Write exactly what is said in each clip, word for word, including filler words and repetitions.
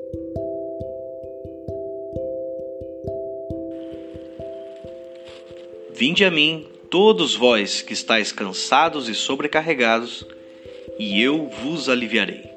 Vinde a mim, todos vós que estáis cansados e sobrecarregados, e eu vos aliviarei.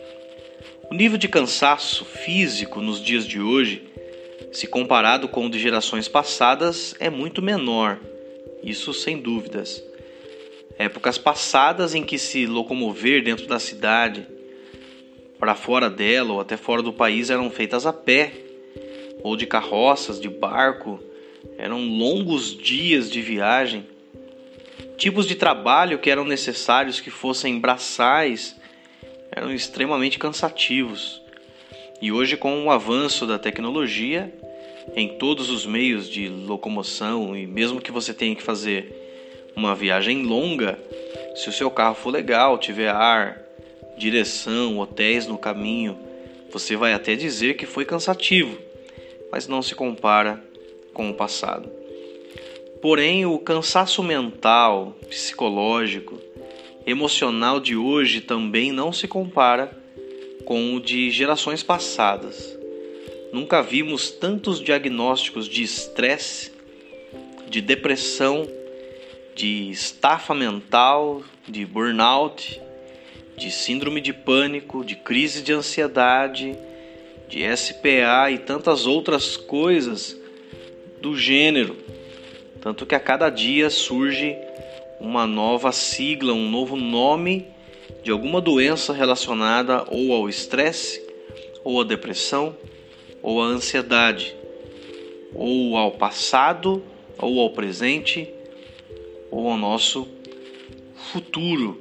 O nível de cansaço físico nos dias de hoje, se comparado com o de gerações passadas, é muito menor, isso sem dúvidas. Épocas passadas em que se locomover dentro da cidade, para fora dela ou até fora do país, eram feitas a pé, ou de carroças, de barco. Eram longos dias de viagem, tipos de trabalho que eram necessários que fossem braçais, eram extremamente cansativos. E hoje, com o avanço da tecnologia, em todos os meios de locomoção, e mesmo que você tenha que fazer uma viagem longa, se o seu carro for legal, tiver ar, direção, hotéis no caminho, você vai até dizer que foi cansativo, mas não se compara com o passado. Porém, o cansaço mental, psicológico, emocional de hoje também não se compara com o de gerações passadas. Nunca vimos tantos diagnósticos de estresse, de depressão, de estafa mental, de burnout, de síndrome de pânico, de crise de ansiedade, de S P A e tantas outras coisas do gênero, tanto que a cada dia surge uma nova sigla, um novo nome de alguma doença relacionada ou ao estresse, ou à depressão, ou à ansiedade, ou ao passado, ou ao presente, ou ao nosso futuro.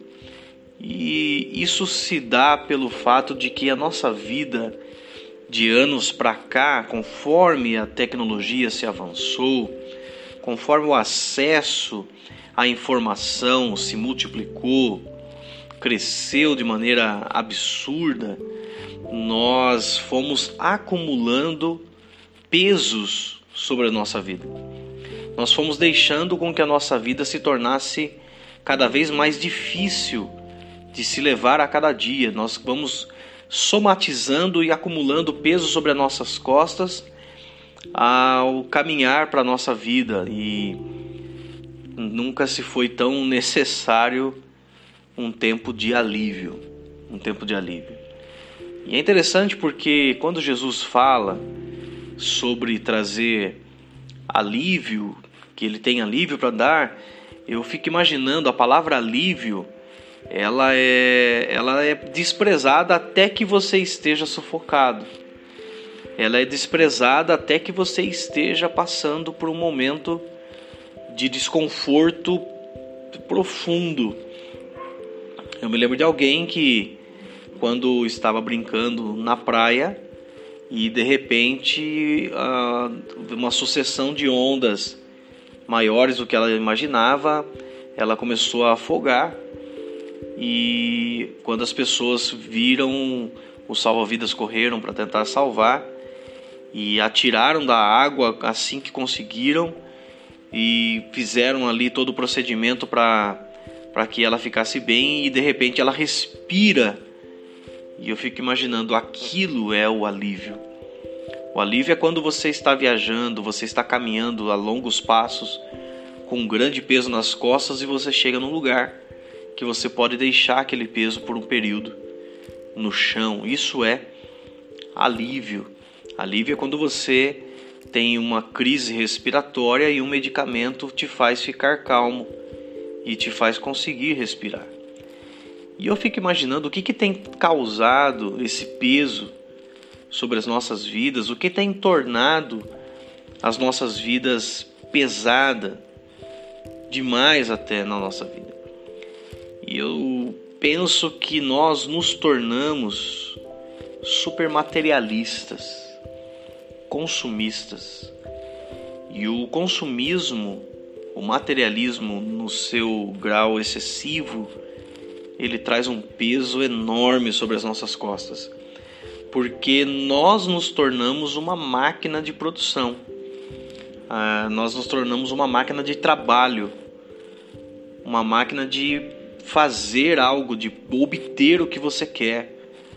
E isso se dá pelo fato de que a nossa vida, de anos para cá, conforme a tecnologia se avançou, conforme o acesso à informação se multiplicou, cresceu de maneira absurda, nós fomos acumulando pesos sobre a nossa vida. Nós fomos deixando com que a nossa vida se tornasse cada vez mais difícil de se levar a cada dia. Nós vamos somatizando e acumulando peso sobre as nossas costas ao caminhar para a nossa vida, e nunca se foi tão necessário um tempo de alívio, um tempo de alívio. E é interessante porque quando Jesus fala sobre trazer alívio, que ele tem alívio para dar, eu fico imaginando a palavra alívio. Ela é, ela é desprezada até que você esteja sufocado. Ela é desprezada até que você esteja passando por um momento de desconforto profundo. Eu me lembro de alguém que, quando estava brincando na praia, e de repente uma sucessão de ondas maiores do que ela imaginava, ela começou a afogar. E quando as pessoas viram, os salva-vidas correram para tentar salvar e atiraram da água assim que conseguiram e fizeram ali todo o procedimento para para que ela ficasse bem, e de repente ela respira. E eu fico imaginando, aquilo é o alívio. O alívio é quando você está viajando, você está caminhando a longos passos com um grande peso nas costas, e você chega num lugar que você pode deixar aquele peso por um período no chão. Isso é alívio. Alívio é quando você tem uma crise respiratória e um medicamento te faz ficar calmo e te faz conseguir respirar. E eu fico imaginando o que, que tem causado esse peso sobre as nossas vidas, o que tem tornado as nossas vidas pesadas demais até na nossa vida. E eu penso que nós nos tornamos super materialistas, consumistas. E o consumismo, o materialismo no seu grau excessivo, ele traz um peso enorme sobre as nossas costas. Porque nós nos tornamos uma máquina de produção. Ah, nós nos tornamos uma máquina de trabalho, uma máquina de fazer algo, de obter o que você quer.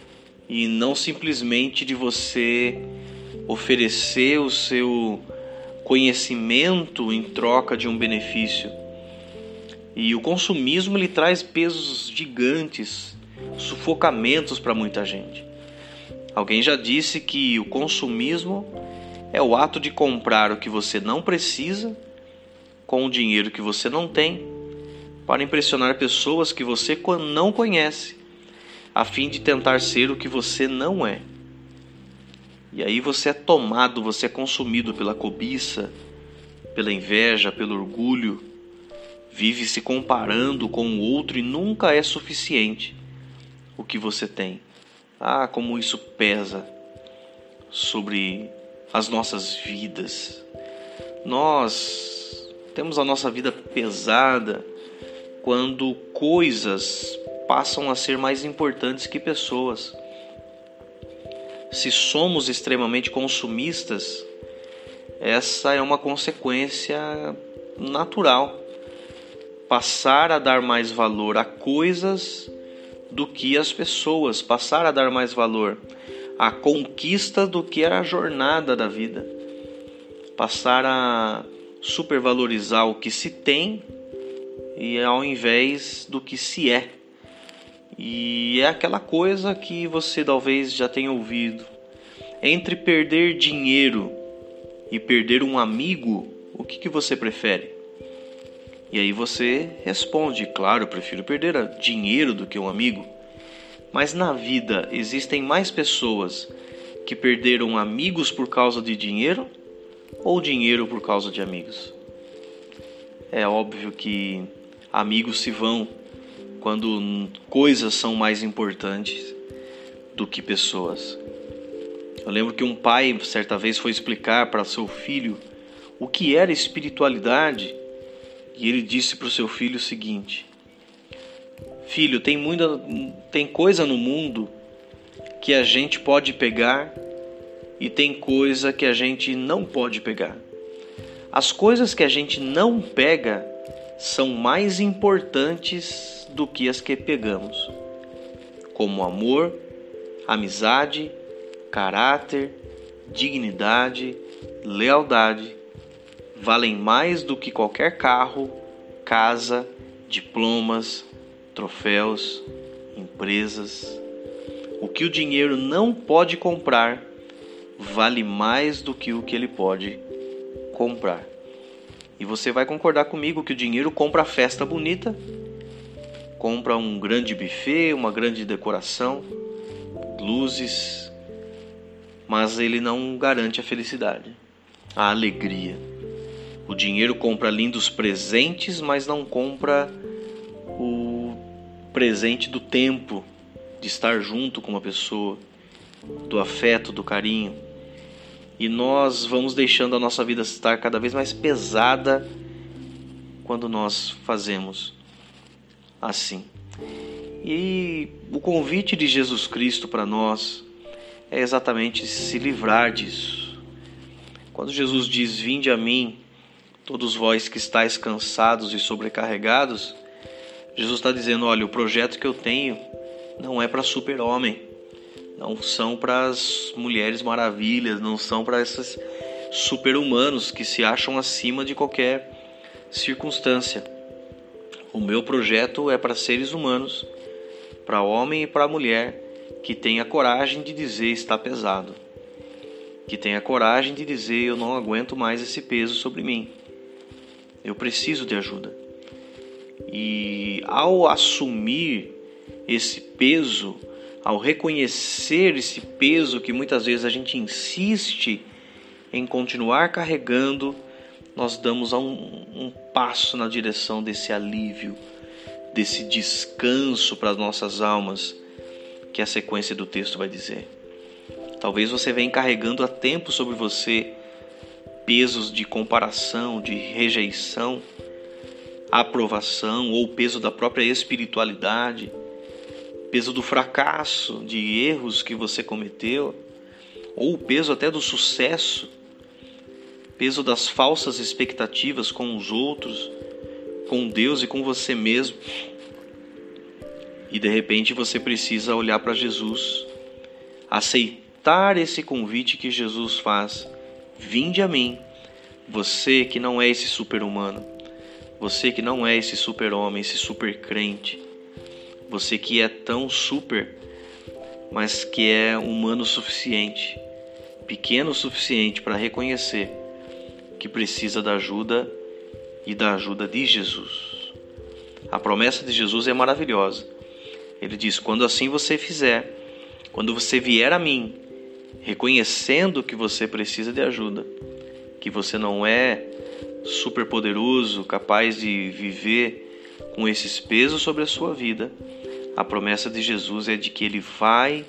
e não simplesmente de você oferecer o seu conhecimento em troca de um benefício. E o consumismo ele traz pesos gigantes, sufocamentos para muita gente. Alguém já disse que o consumismo é o ato de comprar o que você não precisa com o dinheiro que você não tem para impressionar pessoas que você não conhece, a fim de tentar ser o que você não é. E aí você é tomado, você é consumido pela cobiça, pela inveja, pelo orgulho, vive se comparando com o outro e nunca é suficiente o que você tem. Ah, como isso pesa sobre as nossas vidas. Nós temos a nossa vida pesada quando coisas passam a ser mais importantes que pessoas. Se somos extremamente consumistas, essa é uma consequência natural. Passar a dar mais valor a coisas do que as pessoas, passar a dar mais valor à conquista do que a jornada da vida, passar a supervalorizar o que se tem e ao invés do que se é. E é aquela coisa que você talvez já tenha ouvido: entre perder dinheiro e perder um amigo, o que, que você prefere? E aí você responde: claro, eu prefiro perder dinheiro do que um amigo. Mas na vida existem mais pessoas que perderam amigos por causa de dinheiro ou dinheiro por causa de amigos? É óbvio que amigos se vão quando coisas são mais importantes do que pessoas. Eu lembro que um pai certa vez foi explicar para seu filho o que era espiritualidade, e ele disse para o seu filho o seguinte: filho, tem muita, tem coisa no mundo que a gente pode pegar e tem coisa que a gente não pode pegar. As coisas que a gente não pega são mais importantes do que as que pegamos, como amor, amizade, caráter, dignidade, lealdade, valem mais do que qualquer carro, casa, diplomas, troféus, empresas. O que o dinheiro não pode comprar vale mais do que o que ele pode comprar. E você vai concordar comigo que o dinheiro compra a festa bonita, compra um grande buffet, uma grande decoração, luzes, mas ele não garante a felicidade, a alegria. O dinheiro compra lindos presentes, mas não compra o presente do tempo, de estar junto com uma pessoa, do afeto, do carinho. E nós vamos deixando a nossa vida estar cada vez mais pesada quando nós fazemos assim. E o convite de Jesus Cristo para nós é exatamente se livrar disso. Quando Jesus diz: vinde a mim, todos vós que estáis cansados e sobrecarregados, Jesus está dizendo: olha, o projeto que eu tenho não é para super-homem, não são para as mulheres maravilhas, não são para esses super-humanos que se acham acima de qualquer circunstância. O meu projeto é para seres humanos, para homem e para mulher, que tenha coragem de dizer está pesado, que tenha coragem de dizer eu não aguento mais esse peso sobre mim, eu preciso de ajuda. E ao assumir esse peso, ao reconhecer esse peso que muitas vezes a gente insiste em continuar carregando, nós damos um, um passo na direção desse alívio, desse descanso para as nossas almas, que a sequência do texto vai dizer. Talvez você venha carregando há tempo sobre você pesos de comparação, de rejeição, aprovação, ou peso da própria espiritualidade, peso do fracasso, de erros que você cometeu, ou o peso até do sucesso, peso das falsas expectativas com os outros, com Deus e com você mesmo. E de repente você precisa olhar para Jesus aceitar esse convite que Jesus faz. Vinde a mim, você que não é esse super-humano, você que não é esse super-homem, esse super-crente, você que é tão super, mas que é humano o suficiente, pequeno o suficiente para reconhecer que precisa da ajuda e da ajuda de Jesus. A promessa de Jesus é maravilhosa. Ele diz: quando assim você fizer, quando você vier a mim, reconhecendo que você precisa de ajuda, que você não é super poderoso, capaz de viver com esses pesos sobre a sua vida, a promessa de Jesus é de que Ele vai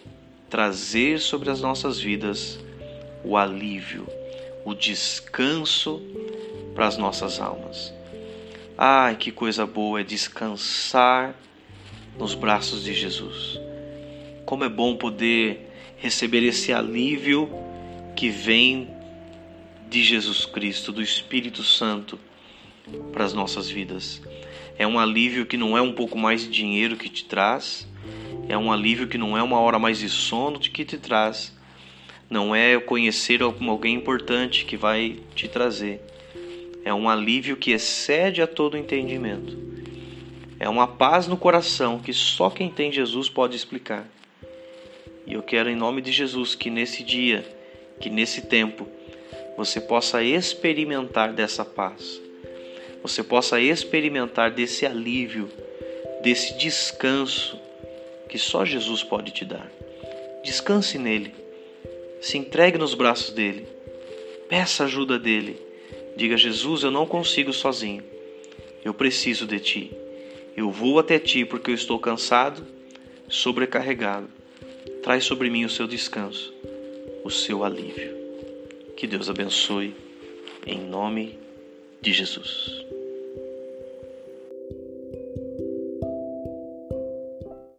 trazer sobre as nossas vidas o alívio, o descanso para as nossas almas. Ai, que coisa boa é descansar nos braços de Jesus. Como é bom poder receber esse alívio que vem de Jesus Cristo, do Espírito Santo, para as nossas vidas. É um alívio que não é um pouco mais de dinheiro que te traz, é um alívio que não é uma hora mais de sono que te traz, não é conhecer alguém importante que vai te trazer. É um alívio que excede a todo entendimento. É uma paz no coração que só quem tem Jesus pode explicar. E eu quero, em nome de Jesus, que nesse dia, que nesse tempo, você possa experimentar dessa paz. Você possa experimentar desse alívio, desse descanso que só Jesus pode te dar. Descanse nele. Se entregue nos braços dele. Peça ajuda dele. Diga: Jesus, eu não consigo sozinho. Eu preciso de ti. Eu vou até ti porque eu estou cansado, sobrecarregado. Traz sobre mim o seu descanso, o seu alívio. Que Deus abençoe, em nome de Jesus.